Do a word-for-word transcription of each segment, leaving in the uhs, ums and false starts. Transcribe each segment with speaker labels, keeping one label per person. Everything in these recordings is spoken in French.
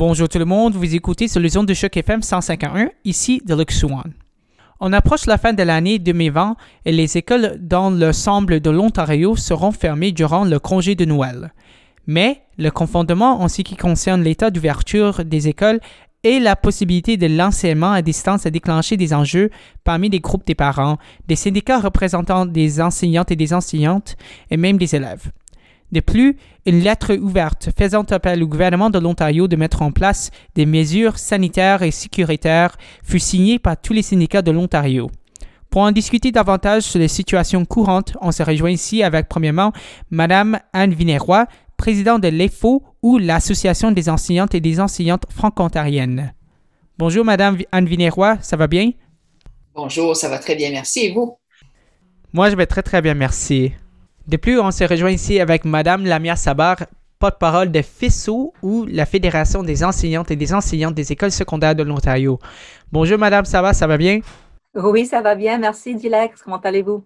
Speaker 1: Bonjour tout le monde, vous écoutez sur les ondes de Choc F M cent cinq point un, ici de Luc Swan. On approche la fin de l'année deux mille vingt et les écoles dans l'ensemble de l'Ontario seront fermées durant le congé de Noël. Mais le confinement en ce qui concerne l'état d'ouverture des écoles et la possibilité de l'enseignement à distance a déclenché des enjeux parmi les groupes des parents, des syndicats représentant des enseignantes et des enseignantes et même des élèves. De plus, une lettre ouverte faisant appel au gouvernement de l'Ontario de mettre en place des mesures sanitaires et sécuritaires fut signée par tous les syndicats de l'Ontario. Pour en discuter davantage sur les situations courantes, on se rejoint ici avec, premièrement, Mme Anne Vinéroy, présidente de l'E F O ou l'Association des enseignantes et des enseignantes franco-ontariennes. Bonjour, Mme Anne Vinéroy, ça va bien?
Speaker 2: Bonjour, ça va très bien, merci. Et vous?
Speaker 1: Moi, je vais très, très bien, merci. De plus, on se rejoint ici avec Mme Lamia Sabar, porte-parole de F I S O ou la Fédération des enseignantes et des enseignantes des écoles secondaires de l'Ontario. Bonjour Mme Sabar, ça va bien?
Speaker 3: Oui, ça va bien. Merci Dilex. Comment allez-vous?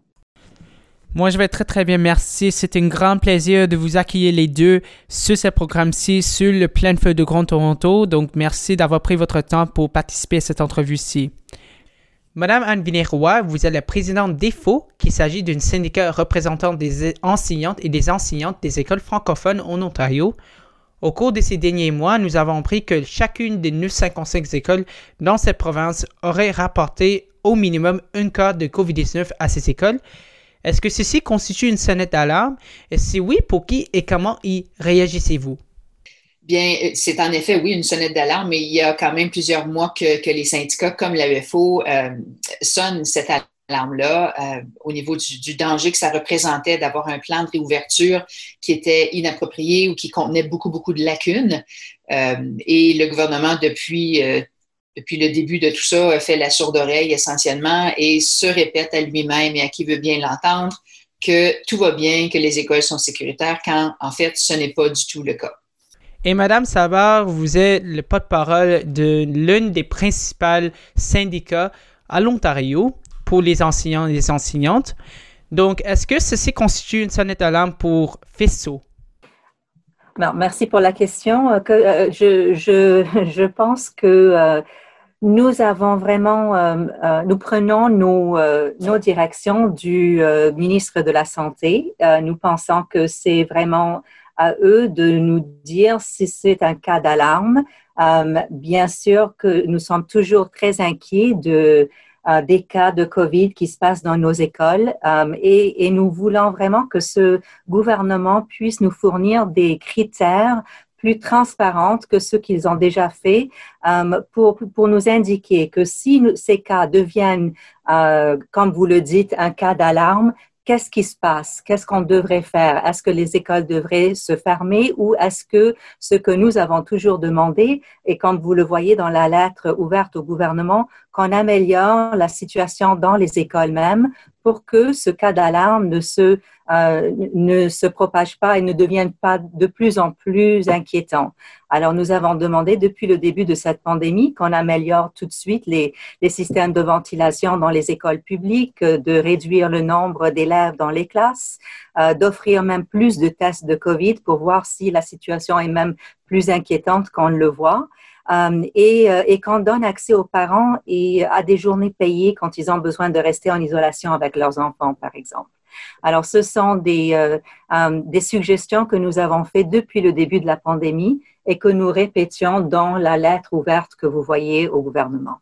Speaker 1: Moi, je vais très très bien, merci. C'est un grand plaisir de vous accueillir les deux sur ce programme-ci, sur le plein feu de Grand Toronto. Donc, merci d'avoir pris votre temps pour participer à cette entrevue-ci. Madame Anne Vinéroy, vous êtes la présidente d'E F O, qui s'agit d'une syndicat représentant des enseignantes et des enseignantes des écoles francophones en Ontario. Au cours de ces derniers mois, nous avons appris que chacune des neuf cent cinquante-cinq écoles dans cette province aurait rapporté au minimum un cas de covid dix-neuf à ces écoles. Est-ce que ceci constitue une sonnette d'alarme? Et si oui, pour qui et comment y réagissez-vous?
Speaker 2: Bien, c'est en effet, oui, une sonnette d'alarme, mais il y a quand même plusieurs mois que, que les syndicats, comme l'A E F O, euh, sonnent cette alarme-là euh, au niveau du, du danger que ça représentait d'avoir un plan de réouverture qui était inapproprié ou qui contenait beaucoup, beaucoup de lacunes. Euh, et le gouvernement, depuis, euh, depuis le début de tout ça, a fait la sourde oreille essentiellement et se répète à lui-même et à qui veut bien l'entendre que tout va bien, que les écoles sont sécuritaires, quand en fait, ce n'est pas du tout le cas.
Speaker 1: Et Mme Sabar, vous êtes le porte-parole de l'une des principales syndicats à l'Ontario pour les enseignants et les enseignantes. Donc, est-ce que ceci constitue une sonnette d'alarme pour F I S O?
Speaker 3: Non, merci pour la question. Que, euh, je, je, je pense que euh, nous avons vraiment, euh, euh, nous prenons nos, euh, nos directions du euh, ministre de la Santé. Euh, nous pensons que c'est vraiment à eux de nous dire si c'est un cas d'alarme. Euh, bien sûr que nous sommes toujours très inquiets de, euh, des cas de COVID qui se passent dans nos écoles euh, et, et nous voulons vraiment que ce gouvernement puisse nous fournir des critères plus transparents que ceux qu'ils ont déjà fait euh, pour, pour nous indiquer que si nous, ces cas deviennent, euh, comme vous le dites, un cas d'alarme, qu'est-ce qui se passe? Qu'est-ce qu'on devrait faire? Est-ce que les écoles devraient se fermer ou est-ce que ce que nous avons toujours demandé, et comme vous le voyez dans la lettre ouverte au gouvernement, qu'on améliore la situation dans les écoles même pour que ce cas d'alarme ne se, euh, ne se propage pas et ne devienne pas de plus en plus inquiétant. Alors, nous avons demandé depuis le début de cette pandémie qu'on améliore tout de suite les, les systèmes de ventilation dans les écoles publiques, de réduire le nombre d'élèves dans les classes, euh, d'offrir même plus de tests de COVID pour voir si la situation est même plus inquiétante qu'on le voit. Um, et, euh, et qu'on donne accès aux parents et à des journées payées quand ils ont besoin de rester en isolation avec leurs enfants, par exemple. Alors, ce sont des, euh, um, des suggestions que nous avons faites depuis le début de la pandémie et que nous répétions dans la lettre ouverte que vous voyez au gouvernement.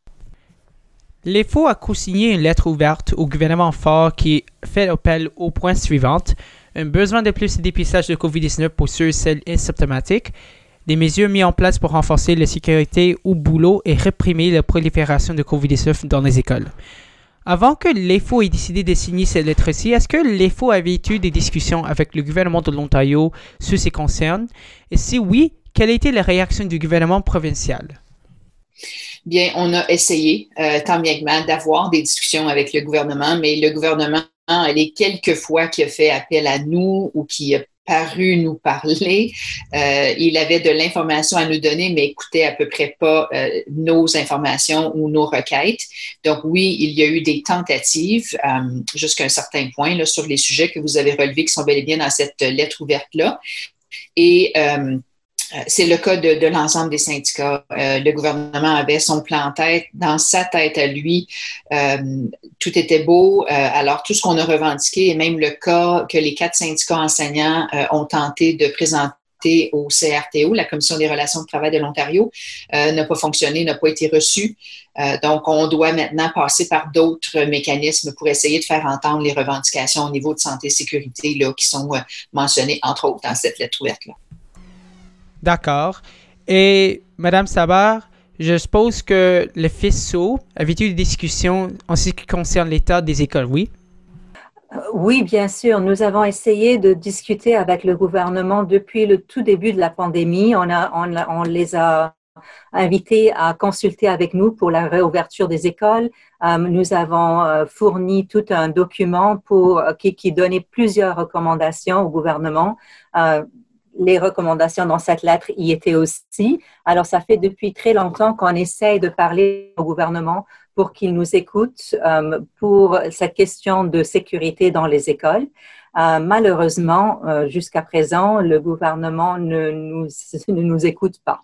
Speaker 1: L'E F O a co-signé une lettre ouverte au gouvernement fort qui fait appel aux points suivants. Un besoin de plus de dépistage de covid dix-neuf pour ceux et celles asymptomatiques, des mesures mises en place pour renforcer la sécurité au boulot et réprimer la prolifération de covid dix-neuf dans les écoles. Avant que l'E F O ait décidé de signer cette lettre-ci, est-ce que l'E F O avait eu des discussions avec le gouvernement de l'Ontario sur ces concerns? Et si oui, quelle a été la réaction du gouvernement provincial?
Speaker 2: Bien, on a essayé, euh, tant bien que mal, d'avoir des discussions avec le gouvernement, mais le gouvernement, les quelques fois qu'il a fait appel à nous ou qui a paru nous parler. Euh, il avait de l'information à nous donner, mais écoutait à peu près pas euh, nos informations ou nos requêtes. Donc oui, il y a eu des tentatives euh, jusqu'à un certain point là, sur les sujets que vous avez relevés qui sont bel et bien dans cette lettre ouverte-là. Et euh, c'est le cas de, de l'ensemble des syndicats. Euh, le gouvernement avait son plan en tête. Dans sa tête à lui, euh, tout était beau. Euh, alors, tout ce qu'on a revendiqué, et même le cas que les quatre syndicats enseignants euh, ont tenté de présenter au C R T O, la Commission des relations de travail de l'Ontario, euh, n'a pas fonctionné, n'a pas été reçu. Euh, donc, on doit maintenant passer par d'autres mécanismes pour essayer de faire entendre les revendications au niveau de santé et sécurité là, qui sont euh, mentionnées, entre autres, dans cette lettre ouverte-là.
Speaker 1: D'accord. Et Madame Sabah, je suppose que le F I S O avait eu des discussions en ce qui concerne l'état des écoles, oui?
Speaker 3: Oui, bien sûr. Nous avons essayé de discuter avec le gouvernement depuis le tout début de la pandémie. On, a, on, on les a invités à consulter avec nous pour la réouverture des écoles. Euh, nous avons euh, fourni tout un document pour, euh, qui, qui donnait plusieurs recommandations au gouvernement. Euh, Les recommandations dans cette lettre y étaient aussi. Alors, ça fait depuis très longtemps qu'on essaye de parler au gouvernement pour qu'il nous écoute euh, pour cette question de sécurité dans les écoles. Euh, malheureusement, euh, jusqu'à présent, le gouvernement ne nous, ne nous écoute pas.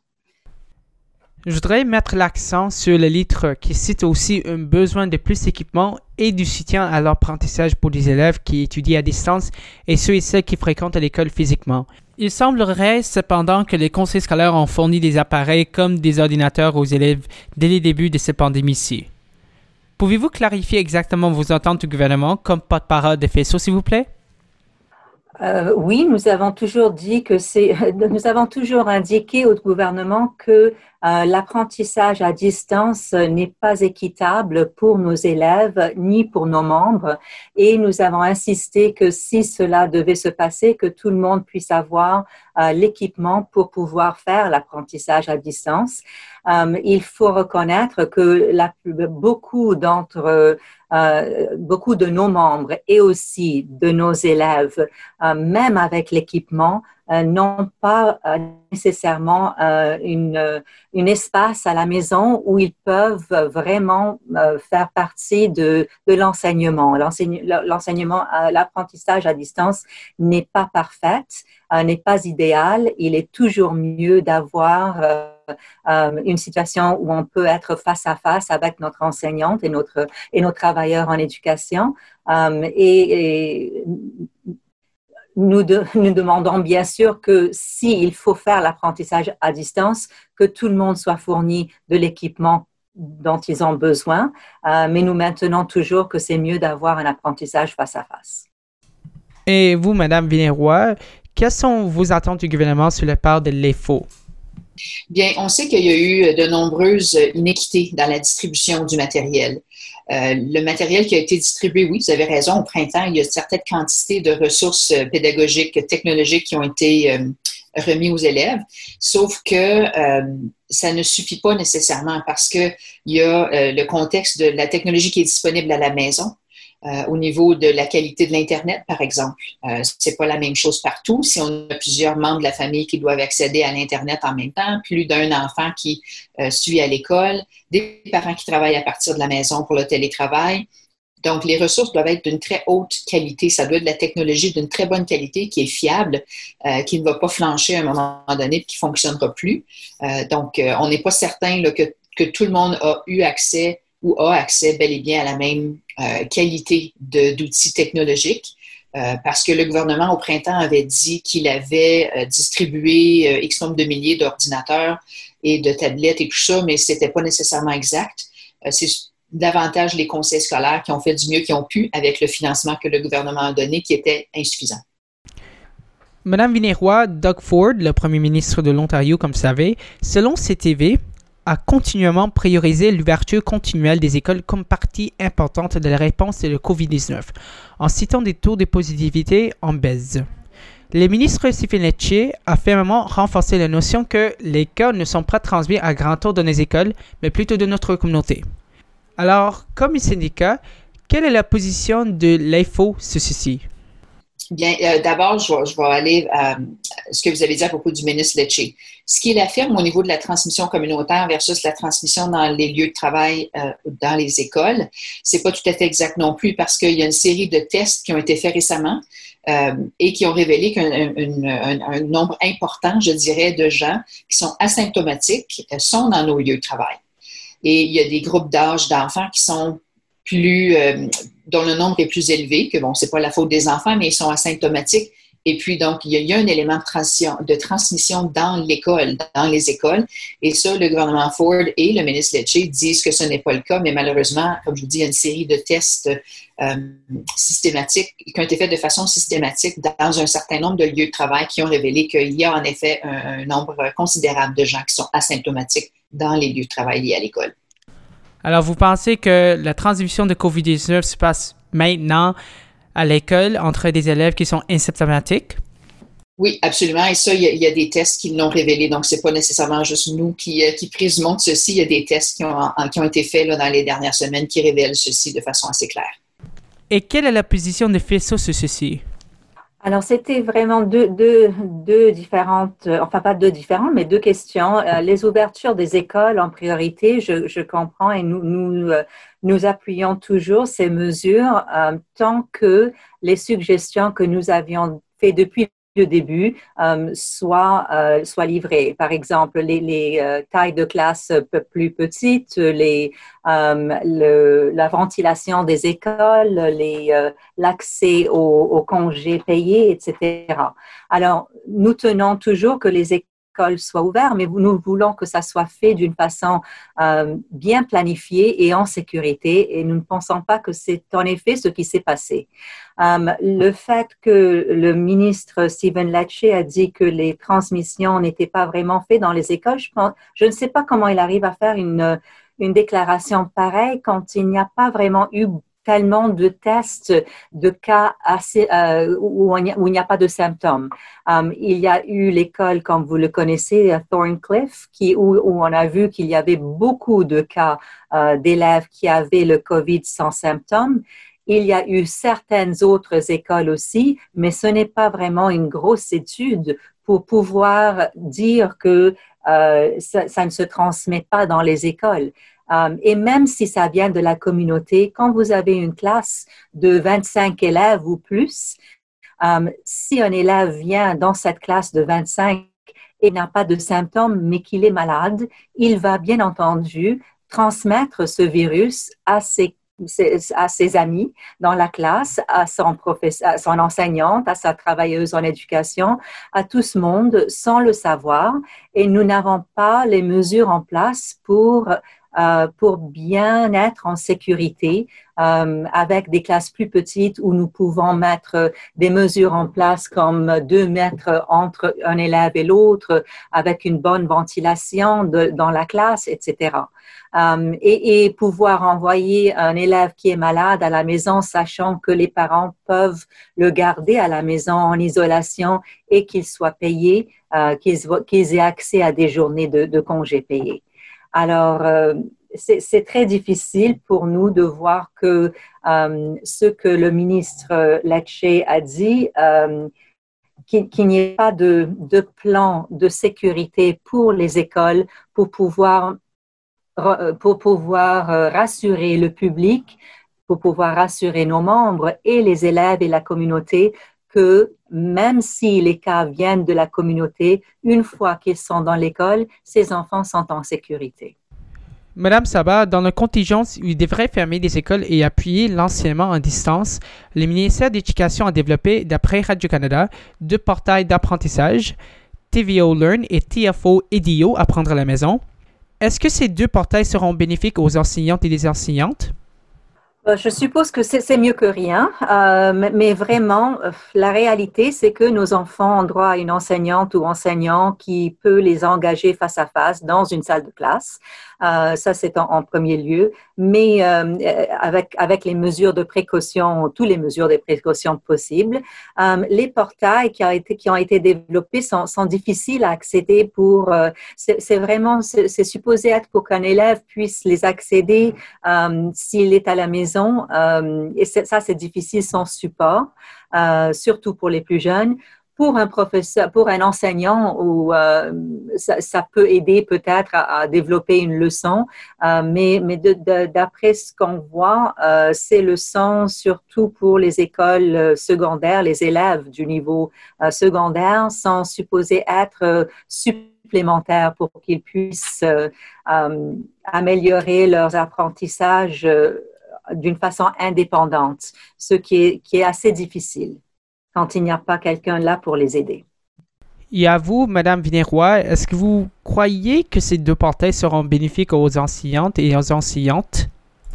Speaker 1: Je voudrais mettre l'accent sur le litre qui cite aussi un besoin de plus d'équipement et du soutien à l'apprentissage pour les élèves qui étudient à distance et ceux et celles qui fréquentent l'école physiquement. Il semblerait cependant que les conseils scolaires ont fourni des appareils comme des ordinateurs aux élèves dès les débuts de cette pandémie-ci. Pouvez-vous clarifier exactement vos attentes du gouvernement comme porte-parole de F I S O, s'il vous plaît?
Speaker 3: Euh, oui, nous avons toujours dit que c'est, nous avons toujours indiqué au gouvernement que euh, l'apprentissage à distance n'est pas équitable pour nos élèves ni pour nos membres, et nous avons insisté que si cela devait se passer, que tout le monde puisse avoir euh, l'équipement pour pouvoir faire l'apprentissage à distance. Euh, il faut reconnaître que la, beaucoup d'entre Euh, beaucoup de nos membres et aussi de nos élèves, euh, même avec l'équipement, euh, n'ont pas euh, nécessairement euh, une, une espace à la maison où ils peuvent vraiment euh, faire partie de, de l'enseignement. L'enseigne, l'enseignement, euh, l'apprentissage à distance n'est pas parfait, euh, n'est pas idéal. Il est toujours mieux d'avoir euh, Euh, une situation où on peut être face à face avec notre enseignante et notre et nos travailleurs en éducation. Um, et, et nous, de, nous demandons bien sûr que s'il faut faire l'apprentissage à distance, que tout le monde soit fourni de l'équipement dont ils ont besoin, euh, mais nous maintenons toujours que c'est mieux d'avoir un apprentissage face à face.
Speaker 1: Et vous, Madame Villeroy, quelles sont vos attentes du gouvernement sur la part de l'E F O?
Speaker 2: Bien, on sait qu'il y a eu de nombreuses inéquités dans la distribution du matériel. Euh, le matériel qui a été distribué, oui, vous avez raison, au printemps, il y a certaines quantités de ressources pédagogiques, technologiques qui ont été euh, remis aux élèves, sauf que euh, ça ne suffit pas nécessairement parce qu'il y a euh, le contexte de la technologie qui est disponible à la maison. Euh, au niveau de la qualité de l'Internet, par exemple. Euh, c'est pas la même chose partout. Si on a plusieurs membres de la famille qui doivent accéder à l'Internet en même temps, plus d'un enfant qui euh, suit à l'école, des parents qui travaillent à partir de la maison pour le télétravail. Donc, les ressources doivent être d'une très haute qualité. Ça doit être de la technologie d'une très bonne qualité qui est fiable, euh, qui ne va pas flancher à un moment donné et qui ne fonctionnera plus. Euh, donc, euh, on n'est pas certain là, que, que tout le monde a eu accès ou a accès bel et bien à la même euh, qualité de, d'outils technologiques, euh, parce que le gouvernement, au printemps, avait dit qu'il avait euh, distribué euh, X nombre de milliers d'ordinateurs et de tablettes et tout ça, mais ce n'était pas nécessairement exact. Euh, c'est davantage les conseils scolaires qui ont fait du mieux qu'ils ont pu avec le financement que le gouvernement a donné, qui était insuffisant.
Speaker 1: Madame Villeroy, Doug Ford, le premier ministre de l'Ontario, comme vous savez, selon C T V, a continuellement priorisé l'ouverture continuelle des écoles comme partie importante de la réponse à la covid dix-neuf, en citant des taux de positivité en baisse. Le ministre Stephen Lecce a fermement renforcé la notion que les cas ne sont pas transmis à grand tour dans les écoles, mais plutôt de notre communauté. Alors, comme syndicat, quelle est la position de l'E F O sur ceci?
Speaker 2: Bien, euh, d'abord, je vais, je vais aller euh, ce que vous avez dit à propos du ministre Lecce. Ce qu'il affirme au niveau de la transmission communautaire versus la transmission dans les lieux de travail, euh, dans les écoles, c'est pas tout à fait exact non plus parce qu'il y a une série de tests qui ont été faits récemment euh, et qui ont révélé qu'un un, un, un nombre important, je dirais, de gens qui sont asymptomatiques euh, sont dans nos lieux de travail. Et il y a des groupes d'âge d'enfants qui sont plus, euh, dont le nombre est plus élevé, que bon, c'est pas la faute des enfants, mais ils sont asymptomatiques. Et puis, donc, il y a, il y a un élément de, transition, de transmission dans l'école, dans les écoles. Et ça, le gouvernement Ford et le ministre Lecce disent que ce n'est pas le cas, mais malheureusement, comme je vous dis, il y a une série de tests euh, systématiques qui ont été faits de façon systématique dans un certain nombre de lieux de travail qui ont révélé qu'il y a en effet un, un nombre considérable de gens qui sont asymptomatiques dans les lieux de travail liés à l'école.
Speaker 1: Alors, vous pensez que la transmission de covid dix-neuf se passe maintenant à l'école entre des élèves qui sont asymptomatiques?
Speaker 2: Oui, absolument. Et ça, il y a, il y a des tests qui l'ont révélé. Donc, c'est pas nécessairement juste nous qui, qui présumons de ceci. Il y a des tests qui ont, qui ont été faits là, dans les dernières semaines qui révèlent ceci de façon assez claire.
Speaker 1: Et quelle est la position de F I S O sur ceci?
Speaker 3: Alors, c'était vraiment deux, deux, deux différentes, enfin pas deux différentes, mais deux questions. Euh, les ouvertures des écoles en priorité, je, je comprends et nous, nous, euh, nous appuyons toujours ces mesures euh, tant que les suggestions que nous avions faites depuis le début euh, soient, euh, soient livrées. Par exemple, les, les euh, tailles de classe plus petites, les, euh, le, la ventilation des écoles, les, euh, l'accès aux, aux congés payés, et cetera. Alors, nous tenons toujours que les écoles soient ouvertes, mais nous voulons que ça soit fait d'une façon euh, bien planifiée et en sécurité, et nous ne pensons pas que c'est en effet ce qui s'est passé. Um, le fait que le ministre Stephen Lecce a dit que les transmissions n'étaient pas vraiment faites dans les écoles, je, pense, je ne sais pas comment il arrive à faire une, une déclaration pareille quand il n'y a pas vraiment eu tellement de tests de cas assez, euh, où, il où il n'y a pas de symptômes. Um, il y a eu l'école, comme vous le connaissez, à Thorncliffe, qui, où, où on a vu qu'il y avait beaucoup de cas euh, d'élèves qui avaient le COVID sans symptômes. Il y a eu certaines autres écoles aussi, mais ce n'est pas vraiment une grosse étude pour pouvoir dire que euh, ça, ça ne se transmet pas dans les écoles. Um, et même si ça vient de la communauté, quand vous avez une classe de vingt-cinq élèves ou plus, um, si un élève vient dans cette classe de vingt-cinq et n'a pas de symptômes, mais qu'il est malade, il va bien entendu transmettre ce virus à ses à ses amis dans la classe, à son professeur, à son enseignante, à sa travailleuse en éducation, à tout ce monde sans le savoir. Et nous n'avons pas les mesures en place pour euh, pour bien être en sécurité euh, avec des classes plus petites où nous pouvons mettre des mesures en place comme deux mètres entre un élève et l'autre avec une bonne ventilation de, dans la classe, et cetera. Um, et, et pouvoir envoyer un élève qui est malade à la maison, sachant que les parents peuvent le garder à la maison en isolation et qu'il soit payé, euh, qu'ils, qu'ils aient accès à des journées de, de congés payés. Alors, euh, c'est, c'est très difficile pour nous de voir que um, ce que le ministre Lecce a dit, um, qu'il, qu'il n'y ait pas de, de plan de sécurité pour les écoles pour pouvoir pour pouvoir rassurer le public, pour pouvoir rassurer nos membres et les élèves et la communauté que même si les cas viennent de la communauté, une fois qu'ils sont dans l'école, ces enfants sont en sécurité.
Speaker 1: Madame Sabat, dans le contingent où il devrait fermer des écoles et appuyer l'enseignement en distance, le ministère de l'Éducation a développé, d'après Radio-Canada, deux portails d'apprentissage, T V O Learn et T F O Edio, Apprendre à la maison. Est-ce que ces deux portails seront bénéfiques aux enseignantes et les enseignantes?
Speaker 3: Je suppose que c'est, c'est mieux que rien, euh, mais, mais vraiment, la réalité, c'est que nos enfants ont droit à une enseignante ou enseignant qui peut les engager face à face dans une salle de classe. Euh, ça, c'est en, en premier lieu. Mais euh, avec, avec les mesures de précaution, toutes les mesures de précaution possibles, euh, les portails qui ont été, qui ont été développés sont, sont difficiles à accéder pour… Euh, c'est, c'est vraiment… C'est, c'est supposé être pour qu'un élève puisse les accéder euh, s'il est à la maison. Euh, et c'est, ça, c'est difficile sans support, euh, surtout pour les plus jeunes. pour un professeur, pour un enseignant, où euh, ça, ça peut aider peut-être à, à développer une leçon, euh, mais, mais de, de, d'après ce qu'on voit, euh, ces leçons, surtout pour les écoles secondaires, les élèves du niveau euh, secondaire, sont supposés être euh, supplémentaires pour qu'ils puissent euh, euh, améliorer leurs apprentissages euh, d'une façon indépendante, ce qui est, qui est assez difficile quand il n'y a pas quelqu'un là pour les aider.
Speaker 1: Et à vous, Madame Vinéroy, est-ce que vous croyez que ces deux portails seront bénéfiques aux enseignantes et aux enseignantes?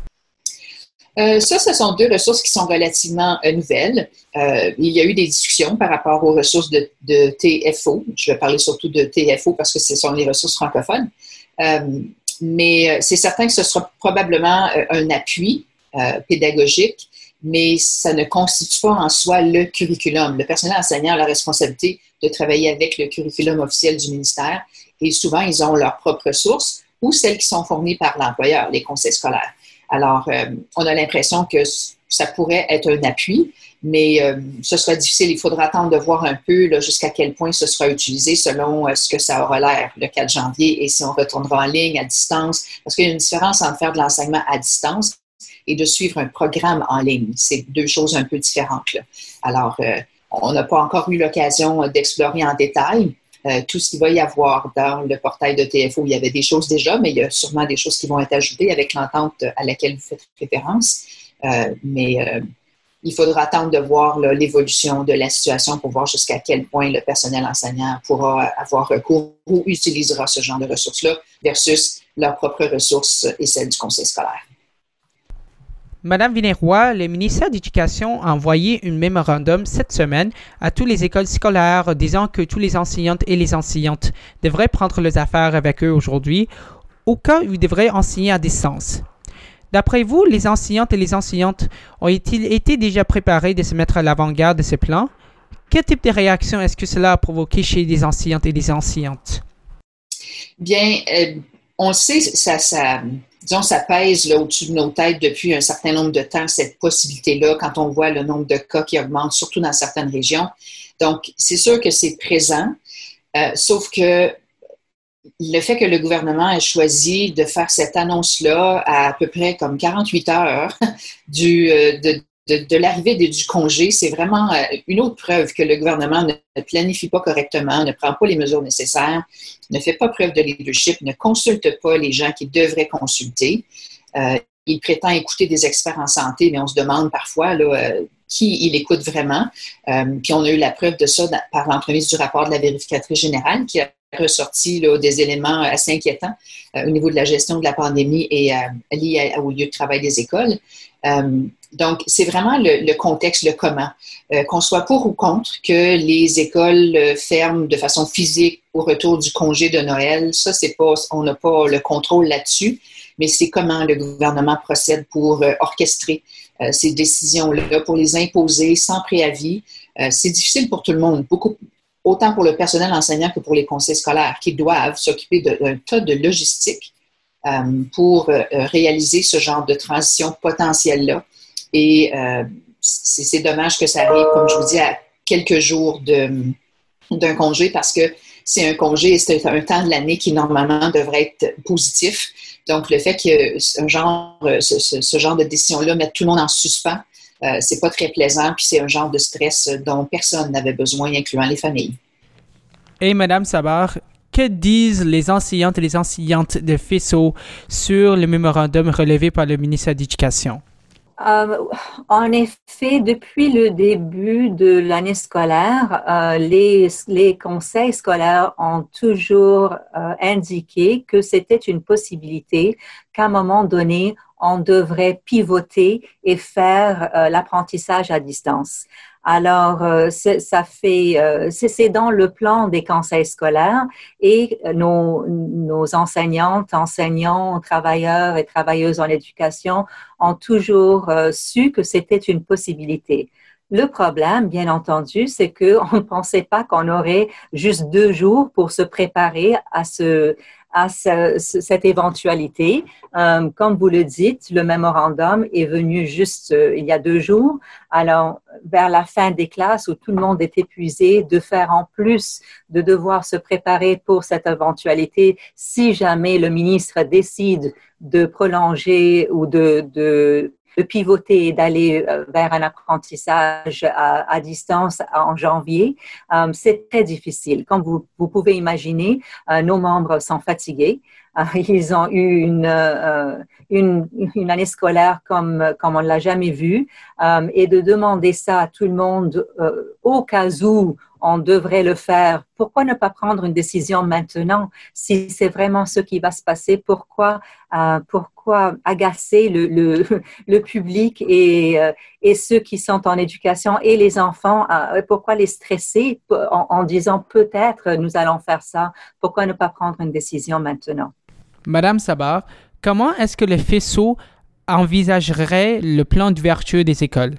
Speaker 2: Euh, ça, ce sont deux ressources qui sont relativement euh, nouvelles. Euh, il y a eu des discussions par rapport aux ressources de, de T F O. Je vais parler surtout de T F O parce que ce sont les ressources francophones. Euh, mais c'est certain que ce sera probablement euh, un appui euh, pédagogique, mais ça ne constitue pas en soi le curriculum. Le personnel enseignant a la responsabilité de travailler avec le curriculum officiel du ministère et souvent, ils ont leurs propres sources ou celles qui sont fournies par l'employeur, les conseils scolaires. Alors, euh, on a l'impression que ça pourrait être un appui, mais euh, ce sera difficile. Il faudra attendre de voir un peu là, jusqu'à quel point ce sera utilisé selon euh, ce que ça aura l'air le quatre janvier et si on retournera en ligne, à distance. Parce qu'il y a une différence entre faire de l'enseignement à distance et de suivre un programme en ligne. C'est deux choses un peu différentes, là. Alors, euh, on n'a pas encore eu l'occasion d'explorer en détail euh, tout ce qu'il va y avoir dans le portail de T F O. Il y avait des choses déjà, mais il y a sûrement des choses qui vont être ajoutées avec l'entente à laquelle vous faites référence. Euh, mais euh, il faudra attendre de voir là, l'évolution de la situation pour voir jusqu'à quel point le personnel enseignant pourra avoir recours ou utilisera ce genre de ressources-là versus leurs propres ressources et celles du conseil scolaire.
Speaker 1: Madame Vinéroy, le ministère de l'Éducation a envoyé un mémorandum cette semaine à toutes les écoles scolaires disant que tous les enseignantes et les enseignantes devraient prendre leurs affaires avec eux aujourd'hui, au cas où ils devraient enseigner à distance. D'après vous, les enseignantes et les enseignantes ont-ils été déjà préparés de se mettre à l'avant-garde de ces plans? Quel type de réaction est-ce que cela a provoqué chez les enseignantes et les enseignantes?
Speaker 2: Bien, euh, on le sait, ça... ça... Disons, ça pèse là, au-dessus de nos têtes depuis un certain nombre de temps, cette possibilité-là, quand on voit le nombre de cas qui augmente, surtout dans certaines régions. Donc, c'est sûr que c'est présent, euh, sauf que le fait que le gouvernement ait choisi de faire cette annonce-là à à peu près comme quarante-huit heures du, euh, de, de, de l'arrivée de, du congé, c'est vraiment euh, une autre preuve que le gouvernement ne, ne planifie pas correctement, ne prend pas les mesures nécessaires, ne fait pas preuve de leadership, ne consulte pas les gens qui devraient consulter. Euh, il prétend écouter des experts en santé, mais on se demande parfois là, euh, qui il écoute vraiment. Euh, puis on a eu la preuve de ça dans, par l'entremise du rapport de la vérificatrice générale qui a ressorti là, des éléments assez inquiétants euh, au niveau de la gestion de la pandémie et euh, liés à, au lieu de travail des écoles. Euh, donc, c'est vraiment le, le contexte, le comment. Euh, qu'on soit pour ou contre que les écoles euh, ferment de façon physique au retour du congé de Noël, ça, c'est pas, on n'a pas le contrôle là-dessus, mais c'est comment le gouvernement procède pour euh, orchestrer euh, ces décisions-là, pour les imposer sans préavis. Euh, c'est difficile pour tout le monde, beaucoup, autant pour le personnel enseignant que pour les conseils scolaires qui doivent s'occuper d'un tas de logistique euh, pour euh, réaliser ce genre de transition potentielle-là. Et euh, c'est, c'est dommage que ça arrive, comme je vous dis, à quelques jours de, d'un congé parce que c'est un congé et c'est un temps de l'année qui, normalement, devrait être positif. Donc, le fait que un genre, ce, ce, ce genre de décision-là mette tout le monde en suspens, euh, c'est pas très plaisant puis c'est un genre de stress dont personne n'avait besoin, incluant les familles.
Speaker 1: Et Madame Sabah, que disent les enseignantes et les enseignantes de F I S O sur le mémorandum relevé par le ministère de l'Éducation?
Speaker 3: Euh, en effet, depuis le début de l'année scolaire, euh, les, les conseils scolaires ont toujours euh, indiqué que c'était une possibilité qu'à un moment donné, on devrait pivoter et faire euh, l'apprentissage à distance. Alors, euh, ça fait, euh, c'est, c'est dans le plan des conseils scolaires et nos, nos enseignantes, enseignants, travailleurs et travailleuses en éducation ont toujours euh, su que c'était une possibilité. Le problème, bien entendu, c'est qu'on ne pensait pas qu'on aurait juste deux jours pour se préparer à, ce, à ce, cette éventualité. Euh, comme vous le dites, le mémorandum est venu juste euh, il y a deux jours. Alors, vers la fin des classes où tout le monde est épuisé, de faire en plus, de devoir se préparer pour cette éventualité, si jamais le ministre décide de prolonger ou de, de de pivoter et d'aller vers un apprentissage à, à distance en janvier, euh, c'est très difficile. Comme vous, vous pouvez imaginer, euh, nos membres sont fatigués. Euh, ils ont eu une, euh, une, une année scolaire comme, comme on ne l'a jamais vue. Euh, et de demander ça à tout le monde euh, au cas où on devrait le faire, pourquoi ne pas prendre une décision maintenant si c'est vraiment ce qui va se passer? Pourquoi, euh, pourquoi agacer le, le, le public et, euh, et ceux qui sont en éducation et les enfants? Euh, pourquoi les stresser en, en disant peut-être nous allons faire ça? Pourquoi ne pas prendre une décision maintenant?
Speaker 1: Madame Sabar, comment est-ce que le faisceau envisagerait le plan d'ouverture des écoles?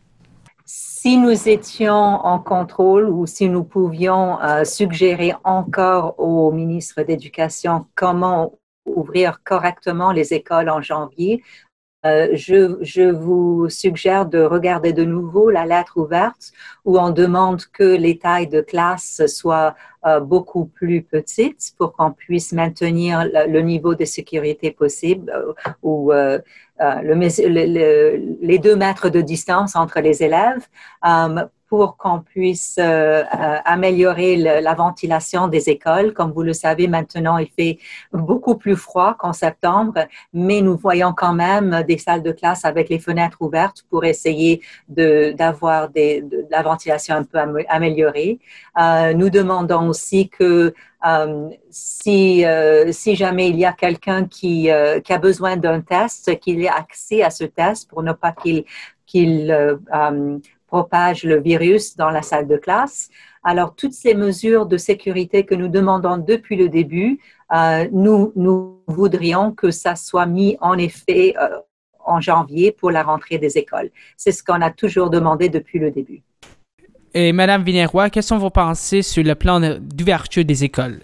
Speaker 3: Si nous étions en contrôle ou si nous pouvions euh, suggérer encore au ministre d'Éducation comment ouvrir correctement les écoles en janvier, euh, je, je vous suggère de regarder de nouveau la lettre ouverte où on demande que les tailles de classe soient euh, beaucoup plus petites pour qu'on puisse maintenir le, le niveau de sécurité possible euh, ou euh, Euh, le, le, le, les deux mètres de distance entre les élèves euh, pour qu'on puisse euh, euh, améliorer le, la ventilation des écoles. Comme vous le savez, maintenant, il fait beaucoup plus froid qu'en septembre, mais nous voyons quand même des salles de classe avec les fenêtres ouvertes pour essayer de, d'avoir des, de, de la ventilation un peu améliorée. Euh, nous demandons aussi que Um, si, euh, si jamais il y a quelqu'un qui, euh, qui a besoin d'un test, qu'il ait accès à ce test pour ne pas qu'il, qu'il euh, um, propage le virus dans la salle de classe. Alors, toutes ces mesures de sécurité que nous demandons depuis le début, euh, nous, nous voudrions que ça soit mis en effet euh, en janvier pour la rentrée des écoles. C'est ce qu'on a toujours demandé depuis le début.
Speaker 1: Et Madame Vinaroy, quelles sont vos pensées sur le plan d'ouverture des écoles?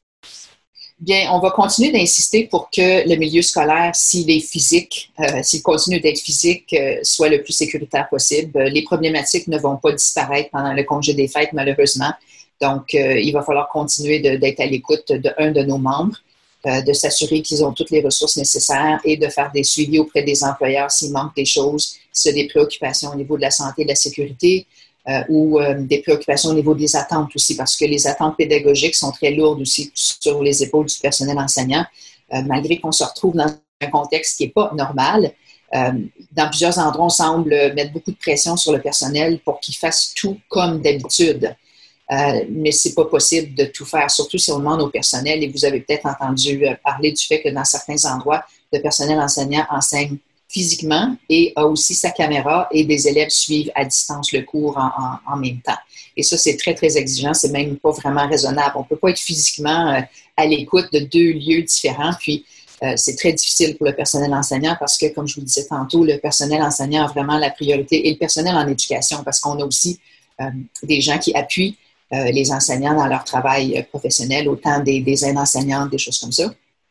Speaker 2: Bien, on va continuer d'insister pour que le milieu scolaire, s'il est physique, euh, s'il continue d'être physique, euh, soit le plus sécuritaire possible. Les problématiques ne vont pas disparaître pendant le congé des fêtes, malheureusement. Donc, euh, il va falloir continuer de, d'être à l'écoute de un de nos membres, euh, de s'assurer qu'ils ont toutes les ressources nécessaires et de faire des suivis auprès des employeurs s'il manque des choses, s'il y a des préoccupations au niveau de la santé et de la sécurité. Euh, ou euh, des préoccupations au niveau des attentes aussi, parce que les attentes pédagogiques sont très lourdes aussi sur les épaules du personnel enseignant, euh, malgré qu'on se retrouve dans un contexte qui n'est pas normal. Euh, dans plusieurs endroits, on semble mettre beaucoup de pression sur le personnel pour qu'il fasse tout comme d'habitude. Euh, mais ce n'est pas possible de tout faire, surtout si on demande au personnel, et vous avez peut-être entendu euh, parler du fait que dans certains endroits, le personnel enseignant enseigne physiquement et a aussi sa caméra et des élèves suivent à distance le cours en, en, en même temps. Et ça, c'est très, très exigeant. C'est même pas vraiment raisonnable. On ne peut pas être physiquement euh, à l'écoute de deux lieux différents. Puis, euh, c'est très difficile pour le personnel enseignant parce que, comme je vous le disais tantôt, le personnel enseignant a vraiment la priorité et le personnel en éducation parce qu'on a aussi euh, des gens qui appuient euh, les enseignants dans leur travail euh, professionnel, autant des, des aides enseignantes, des choses comme ça.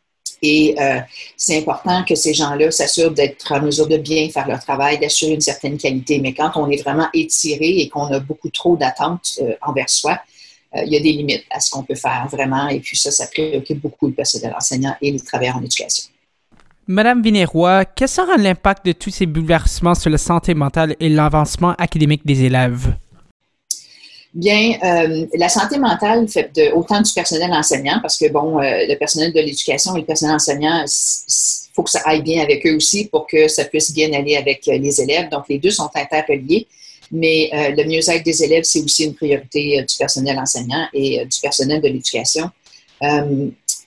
Speaker 2: Et euh, c'est important que ces gens-là s'assurent d'être en mesure de bien faire leur travail, d'assurer une certaine qualité. Mais quand on est vraiment étiré et qu'on a beaucoup trop d'attentes euh, envers soi, euh, il y a des limites à ce qu'on peut faire vraiment. Et puis ça, ça préoccupe beaucoup le personnel enseignant et les travailleurs en éducation.
Speaker 1: Madame Vinaroy, quel sera l'impact de tous ces bouleversements sur la santé mentale et l'avancement académique des élèves?
Speaker 2: Bien, euh, la santé mentale fait de, autant du personnel enseignant, parce que, bon, euh, le personnel de l'éducation et le personnel enseignant, il faut que ça aille bien avec eux aussi pour que ça puisse bien aller avec euh, les élèves. Donc, les deux sont interreliés, mais euh, le mieux-être des élèves, c'est aussi une priorité euh, du personnel enseignant et euh, du personnel de l'éducation. Euh,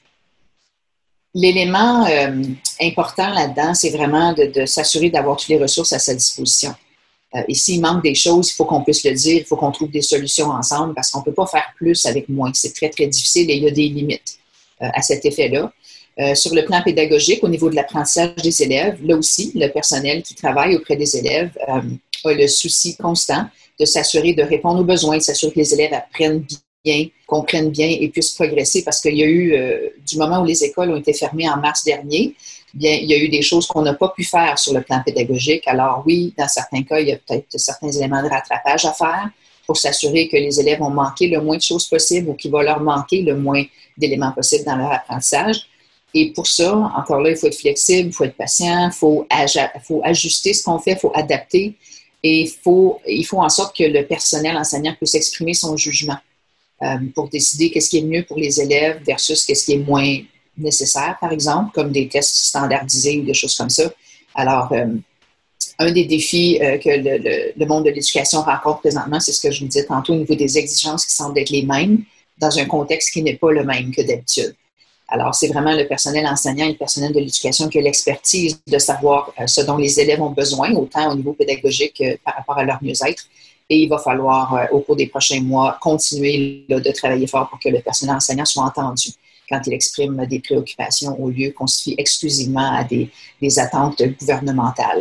Speaker 2: l'élément euh, important là-dedans, c'est vraiment de, de s'assurer d'avoir toutes les ressources à sa disposition. Euh, et s'il manque des choses, il faut qu'on puisse le dire, il faut qu'on trouve des solutions ensemble parce qu'on ne peut pas faire plus avec moins. C'est très, très difficile et il y a des limites euh, à cet effet-là. Euh, sur le plan pédagogique, au niveau de l'apprentissage des élèves, là aussi, le personnel qui travaille auprès des élèves euh, a le souci constant de s'assurer de répondre aux besoins, de s'assurer que les élèves apprennent bien, comprennent bien et puissent progresser parce qu'il y a eu, euh, du moment où les écoles ont été fermées en mars dernier, bien, il y a eu des choses qu'on n'a pas pu faire sur le plan pédagogique. Alors oui, dans certains cas, il y a peut-être certains éléments de rattrapage à faire pour s'assurer que les élèves ont manqué le moins de choses possible ou qu'il va leur manquer le moins d'éléments possibles dans leur apprentissage. Et pour ça, encore là, il faut être flexible, il faut être patient, il faut, aj- faut ajuster ce qu'on fait, il faut adapter et il faut, il faut en sorte que le personnel enseignant puisse exprimer son jugement euh, pour décider qu'est-ce qui est mieux pour les élèves versus qu'est-ce qui est moins nécessaire, par exemple, comme des tests standardisés ou des choses comme ça. Alors, euh, un des défis euh, que le, le, le monde de l'éducation rencontre présentement, c'est ce que je vous disais tantôt au niveau des exigences qui semblent être les mêmes dans un contexte qui n'est pas le même que d'habitude. Alors, c'est vraiment le personnel enseignant et le personnel de l'éducation qui a l'expertise de savoir euh, ce dont les élèves ont besoin, autant au niveau pédagogique que par rapport à leur mieux-être. Et il va falloir, euh, au cours des prochains mois, continuer là, de travailler fort pour que le personnel enseignant soit entendu quand il exprime des préoccupations au lieu qu'on se fie exclusivement à des, des attentes gouvernementales.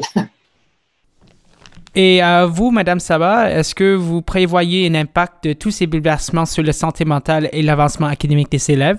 Speaker 1: Et euh, vous, Madame Sabah, est-ce que vous prévoyez un impact de tous ces bouleversements sur la santé mentale et l'avancement académique des élèves?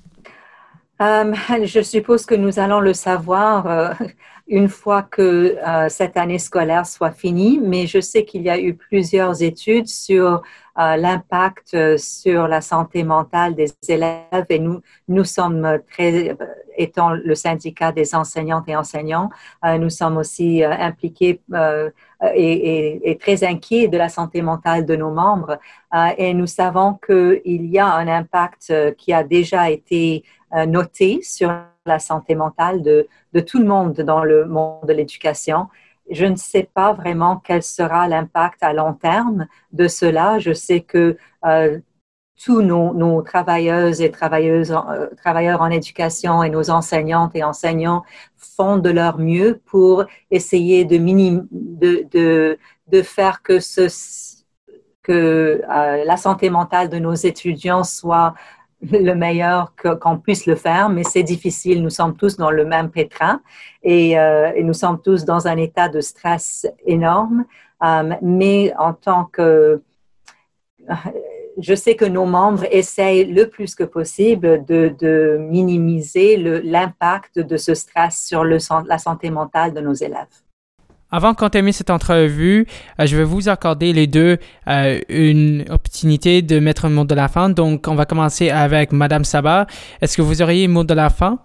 Speaker 3: Euh, je suppose que nous allons le savoir euh, une fois que euh, cette année scolaire soit finie, mais je sais qu'il y a eu plusieurs études sur euh, l'impact euh, sur la santé mentale des élèves et nous, nous sommes très, étant le syndicat des enseignantes et enseignants, euh, nous sommes aussi euh, impliqués euh, et, et, et très inquiets de la santé mentale de nos membres euh, et nous savons qu'il y a un impact euh, qui a déjà été noté sur la santé mentale de, de tout le monde dans le monde de l'éducation. Je ne sais pas vraiment quel sera l'impact à long terme de cela. Je sais que euh, tous nos, nos travailleuses et travailleuses, euh, travailleurs en éducation et nos enseignantes et enseignants font de leur mieux pour essayer de, minim, de, de, de faire que, ce, que euh, la santé mentale de nos étudiants soit le meilleur que, qu'on puisse le faire, mais c'est difficile. Nous sommes tous dans le même pétrin et, euh, et nous sommes tous dans un état de stress énorme. Euh, mais en tant que... Je sais que nos membres essayent le plus que possible de, de minimiser le, l'impact de ce stress sur le, la santé mentale de nos élèves.
Speaker 1: Avant qu'on termine cette entrevue, euh, je vais vous accorder les deux euh, une opportunité de mettre un mot de la fin. Donc, on va commencer avec Madame Sabah. Est-ce que vous auriez un mot de la fin?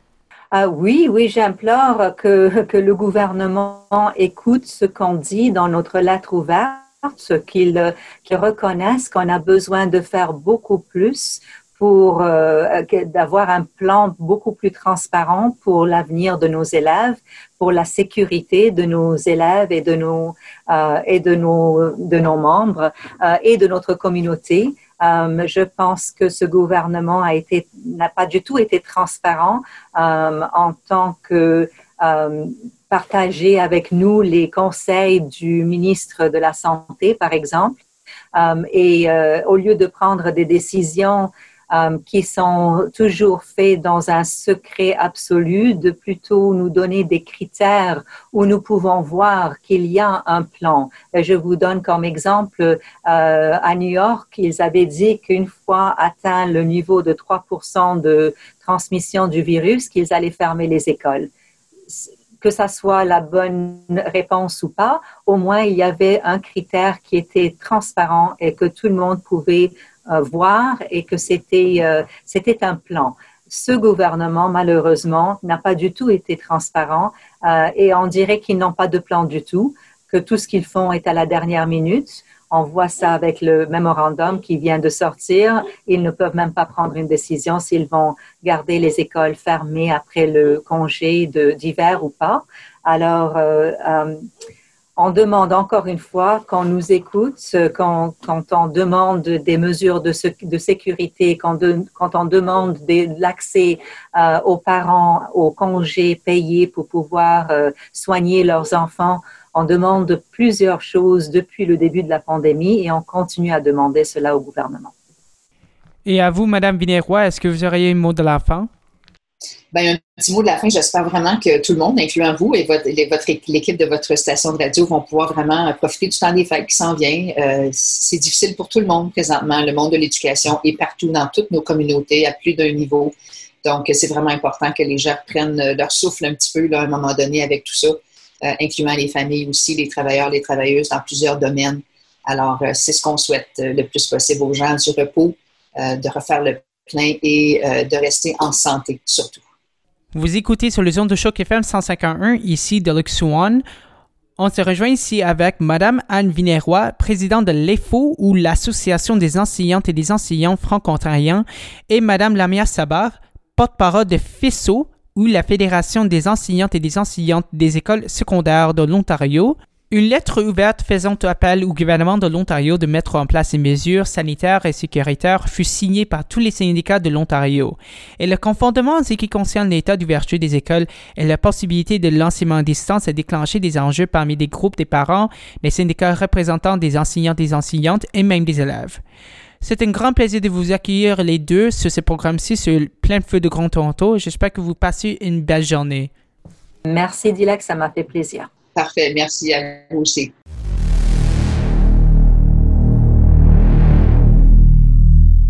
Speaker 3: Ah oui, oui, j'implore que, que le gouvernement écoute ce qu'on dit dans notre lettre ouverte, qu'il, qu'il reconnaisse qu'on a besoin de faire beaucoup plus pour euh, d'avoir un plan beaucoup plus transparent pour l'avenir de nos élèves, pour la sécurité de nos élèves et de nos euh, et de nos de nos membres euh, et de notre communauté. Euh, je pense que ce gouvernement a été n'a pas du tout été transparent euh, en tant que euh, partager avec nous les conseils du ministre de la Santé, par exemple, euh, et euh, au lieu de prendre des décisions Um, qui sont toujours faits dans un secret absolu, de plutôt nous donner des critères où nous pouvons voir qu'il y a un plan. Et je vous donne comme exemple, euh, à New York, ils avaient dit qu'une fois atteint le niveau de trois pour cent de transmission du virus, qu'ils allaient fermer les écoles. Que ça soit la bonne réponse ou pas, au moins il y avait un critère qui était transparent et que tout le monde pouvait euh, voir et que c'était, euh, c'était un plan. Ce gouvernement, malheureusement, n'a pas du tout été transparent euh, et on dirait qu'ils n'ont pas de plan du tout, que tout ce qu'ils font est à la dernière minute. On voit ça avec le mémorandum qui vient de sortir. Ils ne peuvent même pas prendre une décision s'ils vont garder les écoles fermées après le congé de, d'hiver ou pas. Alors, euh, euh, on demande encore une fois qu'on nous écoute, quand, quand on demande des mesures de, de sécurité, quand, de, quand on demande de, l'accès euh, aux parents aux congés payés pour pouvoir euh, soigner leurs enfants. On demande plusieurs choses depuis le début de la pandémie et on continue à demander cela au gouvernement.
Speaker 1: Et à vous, Madame Vinaroy, est-ce que vous auriez un mot de la fin?
Speaker 2: Bien, un petit mot de la fin. J'espère vraiment que tout le monde, incluant vous et votre, les, votre, l'équipe de votre station de radio, vont pouvoir vraiment profiter du temps des fêtes qui s'en vient. Euh, c'est difficile pour tout le monde présentement. Le monde de l'éducation est partout dans toutes nos communautés, à plus d'un niveau. Donc, c'est vraiment important que les gens prennent leur souffle un petit peu là, à un moment donné avec tout ça, euh, incluant les familles aussi, les travailleurs, les travailleuses dans plusieurs domaines. Alors, euh, c'est ce qu'on souhaite euh, le plus possible aux gens, du repos, euh, de refaire le plein et euh, de rester en santé surtout.
Speaker 1: Vous écoutez sur les ondes de Choc F M cent cinquante et un, ici de Luc Swan. On se rejoint ici avec Mme Anne Vinéroy, présidente de l'E F O, ou l'Association des enseignantes et des enseignants franco-ontariens, et Mme Lamia Sabar, porte-parole de F I S O, ou la Fédération des enseignantes et des enseignantes des écoles secondaires de l'Ontario. Une lettre ouverte faisant appel au gouvernement de l'Ontario de mettre en place des mesures sanitaires et sécuritaires fut signée par tous les syndicats de l'Ontario. Et le conformément en ce qui concerne l'état d'ouverture des écoles et la possibilité de l'enseignement à distance a déclenché des enjeux parmi des groupes des parents, les syndicats représentants des enseignants, des enseignantes et même des élèves. C'est un grand plaisir de vous accueillir les deux sur ce programme-ci sur Plein Feu de Grand Toronto. J'espère que vous passez une belle journée.
Speaker 3: Merci, Dilek, ça m'a fait plaisir.
Speaker 2: Parfait, merci à vous aussi.